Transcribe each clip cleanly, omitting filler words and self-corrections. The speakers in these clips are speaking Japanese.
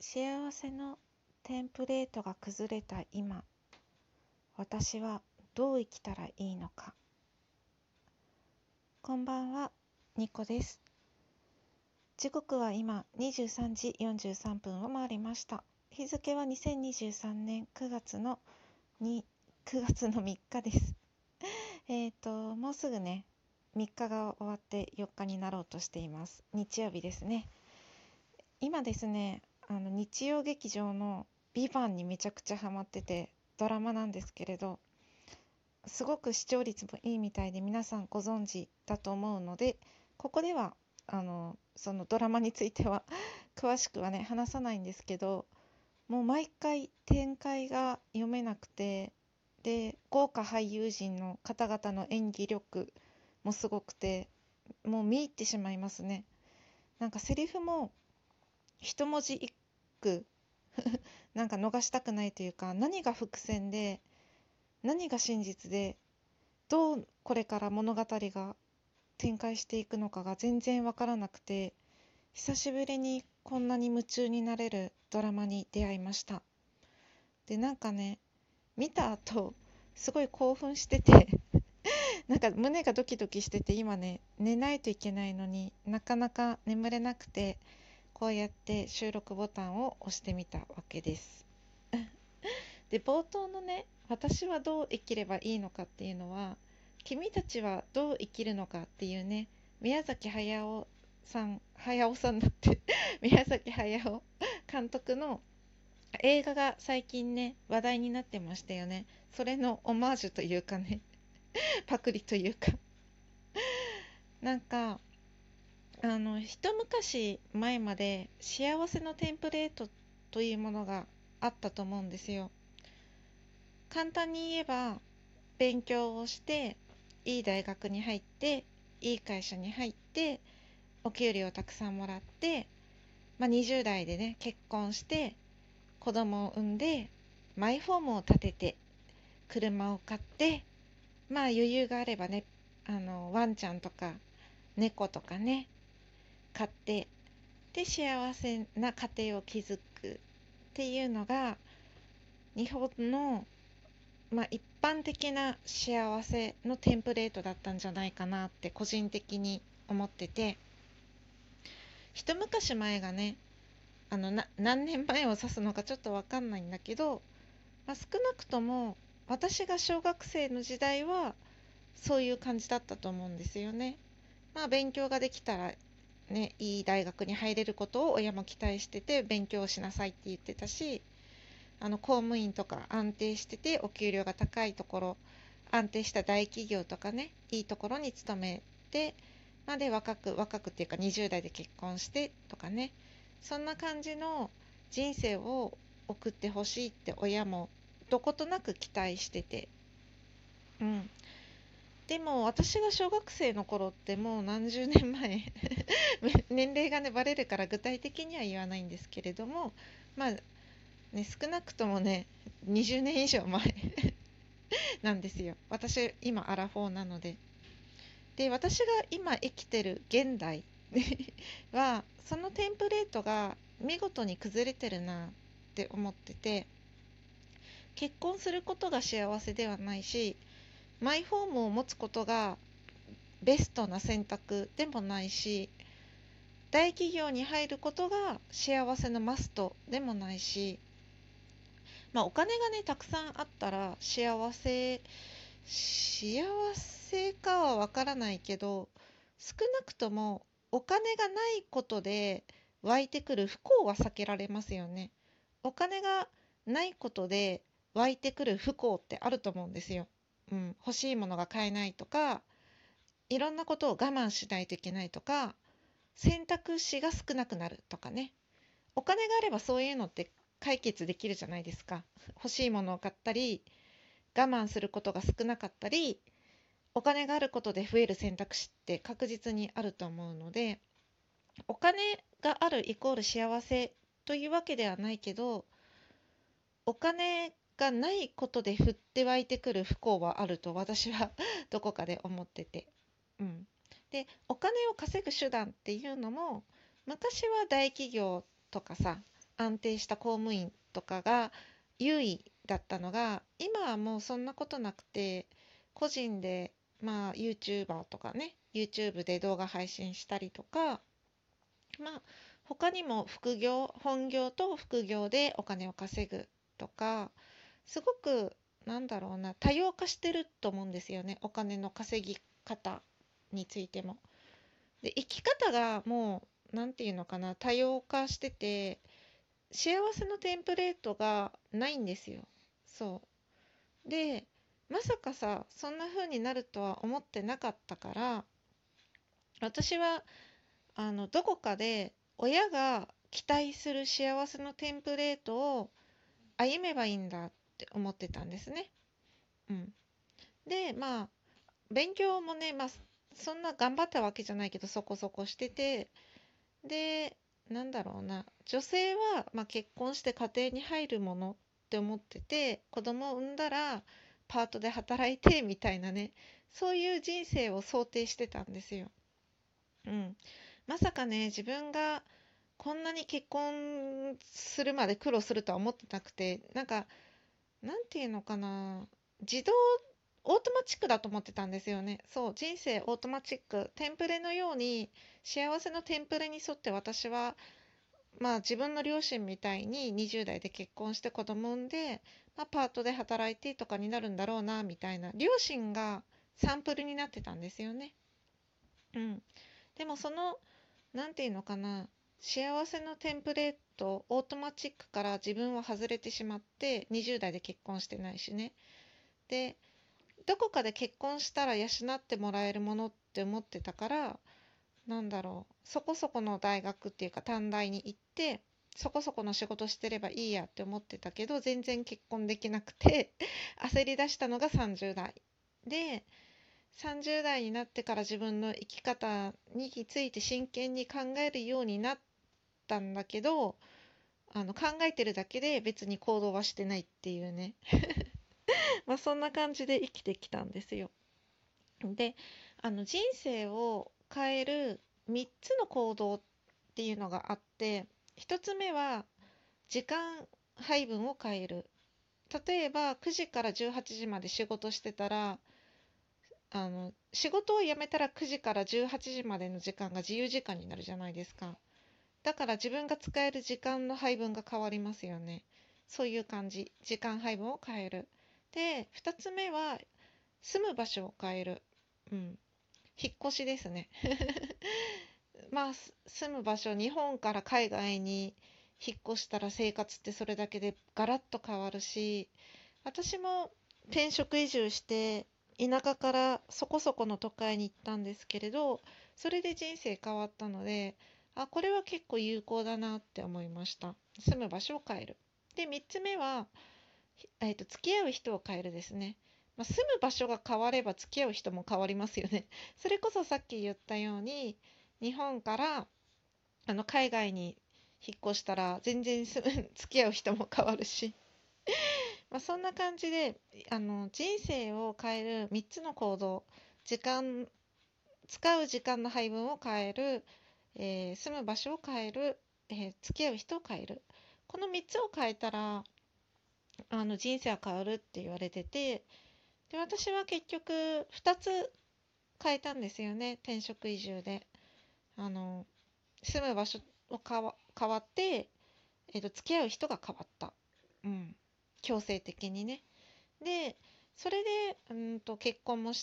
幸せのテンプレートが崩れた今、私はどう生きたらいいのか。こんばんは、ニコです。時刻は今23時43分を回りました。日付は2023年9月の3日です。もうすぐね、3日が終わって4日になろうとしています。日曜日ですね。今ですね、日曜劇場のビバンにめちゃくちゃハマってて、ドラマなんですけれど、すごく視聴率もいいみたいで皆さんご存知だと思うので、ここではそのドラマについては詳しくはね話さないんですけど、もう毎回展開が読めなくて、で豪華俳優陣の方々の演技力もすごくて、もう見入ってしまいますね。なんかセリフも一文字一句なんか逃したくないというか、何が伏線で何が真実で、どうこれから物語が展開していくのかが全然わからなくて、久しぶりにこんなに夢中になれるドラマに出会いました。でなんかね、見た後すごい興奮しててなんか胸がドキドキしてて、今ね寝ないといけないのになかなか眠れなくて、こうやって収録ボタンを押してみたわけですで、冒頭のね、私はどう生きればいいのかっていうのは、君たちはどう生きるのかっていうね、宮崎駿さんだって宮崎駿監督の映画が最近ね話題になってましたよね。それのオマージュというかねパクリというか、なんか一昔前まで幸せのテンプレートというものがあったと思うんですよ。簡単に言えば、勉強をしていい大学に入っていい会社に入ってお給料をたくさんもらって、20代でね結婚して子供を産んでマイホームを建てて車を買って、余裕があればね、ワンちゃんとか猫とかね買って、で幸せな家庭を築くっていうのが日本の、一般的な幸せのテンプレートだったんじゃないかなって個人的に思ってて、一昔前がね、何年前を指すのかちょっと分かんないんだけど、少なくとも私が小学生の時代はそういう感じだったと思うんですよね。勉強ができたらね、いい大学に入れることを親も期待してて勉強しなさいって言ってたし、公務員とか安定しててお給料が高いところ、安定した大企業とかね、いいところに勤めて、で若くっていうか20代で結婚してとかね、そんな感じの人生を送ってほしいって親もどことなく期待してて、でも私が小学生の頃ってもう何十年前年齢がねバレるから具体的には言わないんですけれども、少なくともね20年以上前なんですよ。私今アラフォーなので。で、私が今生きてる現代はそのテンプレートが見事に崩れてるなって思ってて、結婚することが幸せではないし、マイホームを持つことがベストな選択でもないし、大企業に入ることが幸せのマストでもないし、お金がねたくさんあったら幸せかはわからないけど、少なくともお金がないことで湧いてくる不幸は避けられますよね。お金がないことで湧いてくる不幸ってあると思うんですよ。欲しいものが買えないとか、いろんなことを我慢しないといけないとか、選択肢が少なくなるとかね。お金があればそういうのって解決できるじゃないですか。欲しいものを買ったり、我慢することが少なかったり、お金があることで増える選択肢って確実にあると思うので、お金があるイコール幸せというわけではないけど、お金がないことで降って湧いてくる不幸はあると私はどこかで思ってて、でお金を稼ぐ手段っていうのも、昔は大企業とかさ、 安定した公務員とかが優位だったのが、今はもうそんなことなくて、個人でまあ YouTuber とかね、YouTube で動画配信したりとか、まあ他にも副業、本業と副業でお金を稼ぐとか、すごくなんだろうな、多様化してると思うんですよね、お金の稼ぎ方についても。で、生き方がもうなんていうのかな、多様化してて、幸せのテンプレートがないんですよ。そうで、まさかさ、そんな風になるとは思ってなかったから、私はどこかで親が期待する幸せのテンプレートを歩めばいいんだって思ってたんですね。うん。で、まあ勉強もね、まあそんな頑張ったわけじゃないけど、そこそこしてて、で、なんだろうな、女性は、まあ、結婚して家庭に入るものって思ってて、子供を産んだらパートで働いてみたいなね、そういう人生を想定してたんですよ。うん。まさかね、自分がこんなに結婚するまで苦労するとは思ってなくて、なんていうのかな、自動オートマチックだと思ってたんですよね。そう、人生オートマチック、テンプレのように、幸せのテンプレに沿って私は、まあ自分の両親みたいに20代で結婚して子供産んで、まあ、パートで働いてとかになるんだろうな、みたいな、両親がサンプルになってたんですよね。うん。でもその、なんていうのかな、幸せのテンプレート、オートマチックから自分は外れてしまって、20代で結婚してないしね。で、どこかで結婚したら養ってもらえるものって思ってたから、なんだろう、そこそこの大学っていうか短大に行って、そこそこの仕事してればいいやって思ってたけど、全然結婚できなくて焦り出したのが30代で、30代になってから自分の生き方について真剣に考えるようになったんだけど、考えてるだけで別に行動はしてないっていうねまあそんな感じで生きてきたんですよ。で、人生を変える3つの行動っていうのがあって、1つ目は時間配分を変える。例えば9時から18時まで仕事してたら、仕事を辞めたら9時から18時までの時間が自由時間になるじゃないですか。だから自分が使える時間の配分が変わりますよね。そういう感じ。時間配分を変える。で、2つ目は住む場所を変える。うん。引っ越しですね。まあ、住む場所、日本から海外に引っ越したら生活ってそれだけでガラッと変わるし、私も転職移住して田舎からそこそこの都会に行ったんですけれど、それで人生変わったので、あ、これは結構有効だなって思いました。住む場所を変える。で、3つ目は、付き合う人を変えるですね。まあ、住む場所が変われば付き合う人も変わりますよね。それこそさっき言ったように、日本から海外に引っ越したら全然付き合う人も変わるし、まあ、そんな感じで人生を変える3つの行動、時間、使う時間の配分を変える、住む場所を変える、付き合う人を変える、この3つを変えたら人生は変わるって言われてて、で私は結局2つ変えたんですよね、転職移住で。あの住む場所を変わって、付き合う人が変わった。うん。強制的にね。で、それで、結婚もして、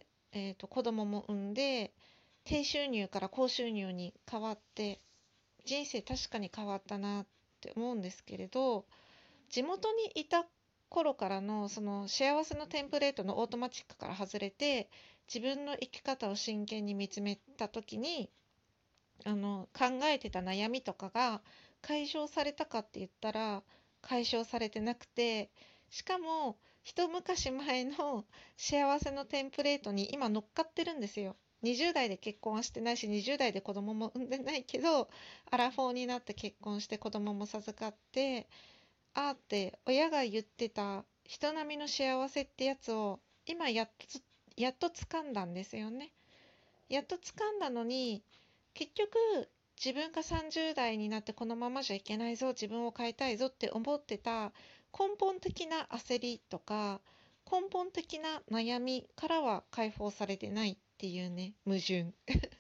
子供も産んで、低収入から高収入に変わって、人生確かに変わったなって思うんですけれど、地元にいた頃からのその幸せのテンプレートのオートマチックから外れて、自分の生き方を真剣に見つめた時に、考えてた悩みとかが解消されたかって言ったら解消されてなくて、しかも一昔前の幸せのテンプレートに今乗っかってるんですよ。20代で結婚はしてないし、20代で子供も産んでないけど、アラフォーになって結婚して子供も授かって、あーって親が言ってた人並みの幸せってやつを今やっと掴んだんですよね。やっと掴んだのに、結局自分が30代になってこのままじゃいけないぞ、自分を変えたいぞって思ってた根本的な焦りとか根本的な悩みからは解放されてないっていうね、矛盾。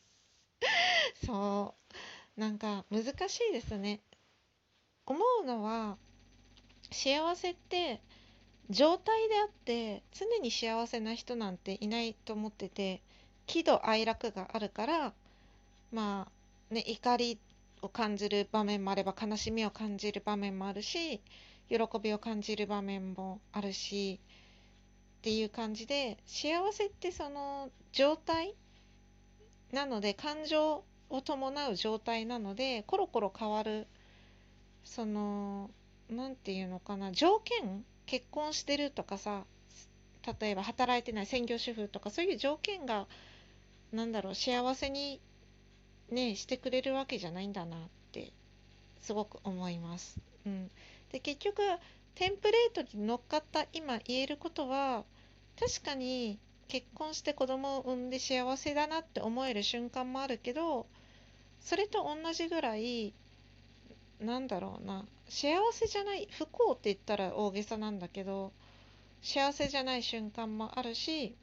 そうなんか難しいですね。思うのは、幸せって状態であって常に幸せな人なんていないと思ってて、喜怒哀楽があるから、まあね、怒りを感じる場面もあれば悲しみを感じる場面もあるし、喜びを感じる場面もあるしっていう感じで、幸せってその状態なので、感情を伴う状態なのでコロコロ変わる。そのなんていうのかな、条件、結婚してるとかさ、例えば働いてない専業主婦とか、そういう条件がなんだろう、幸せにねしてくれるわけじゃないんだなってすごく思います。うん、で結局テンプレートに乗っかった今言えることは、確かに結婚して子供を産んで幸せだなって思える瞬間もあるけど、それと同じぐらい、なんだろうな、幸せじゃない、不幸って言ったら大げさなんだけど、幸せじゃない瞬間もあるし、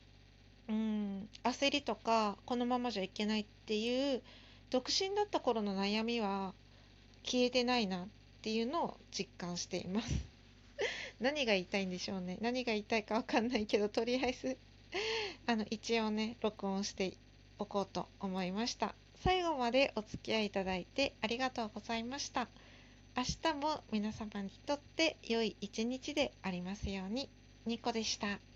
焦りとかこのままじゃいけないっていう独身だった頃の悩みは消えてないなっていうのを実感しています。何が言いたいんでしょうね。何が言いたいかわかんないけど、とりあえず一応ね録音しておこうと思いました。最後までお付き合いいただいてありがとうございました。明日も皆様にとって良い一日でありますように。ニコでした。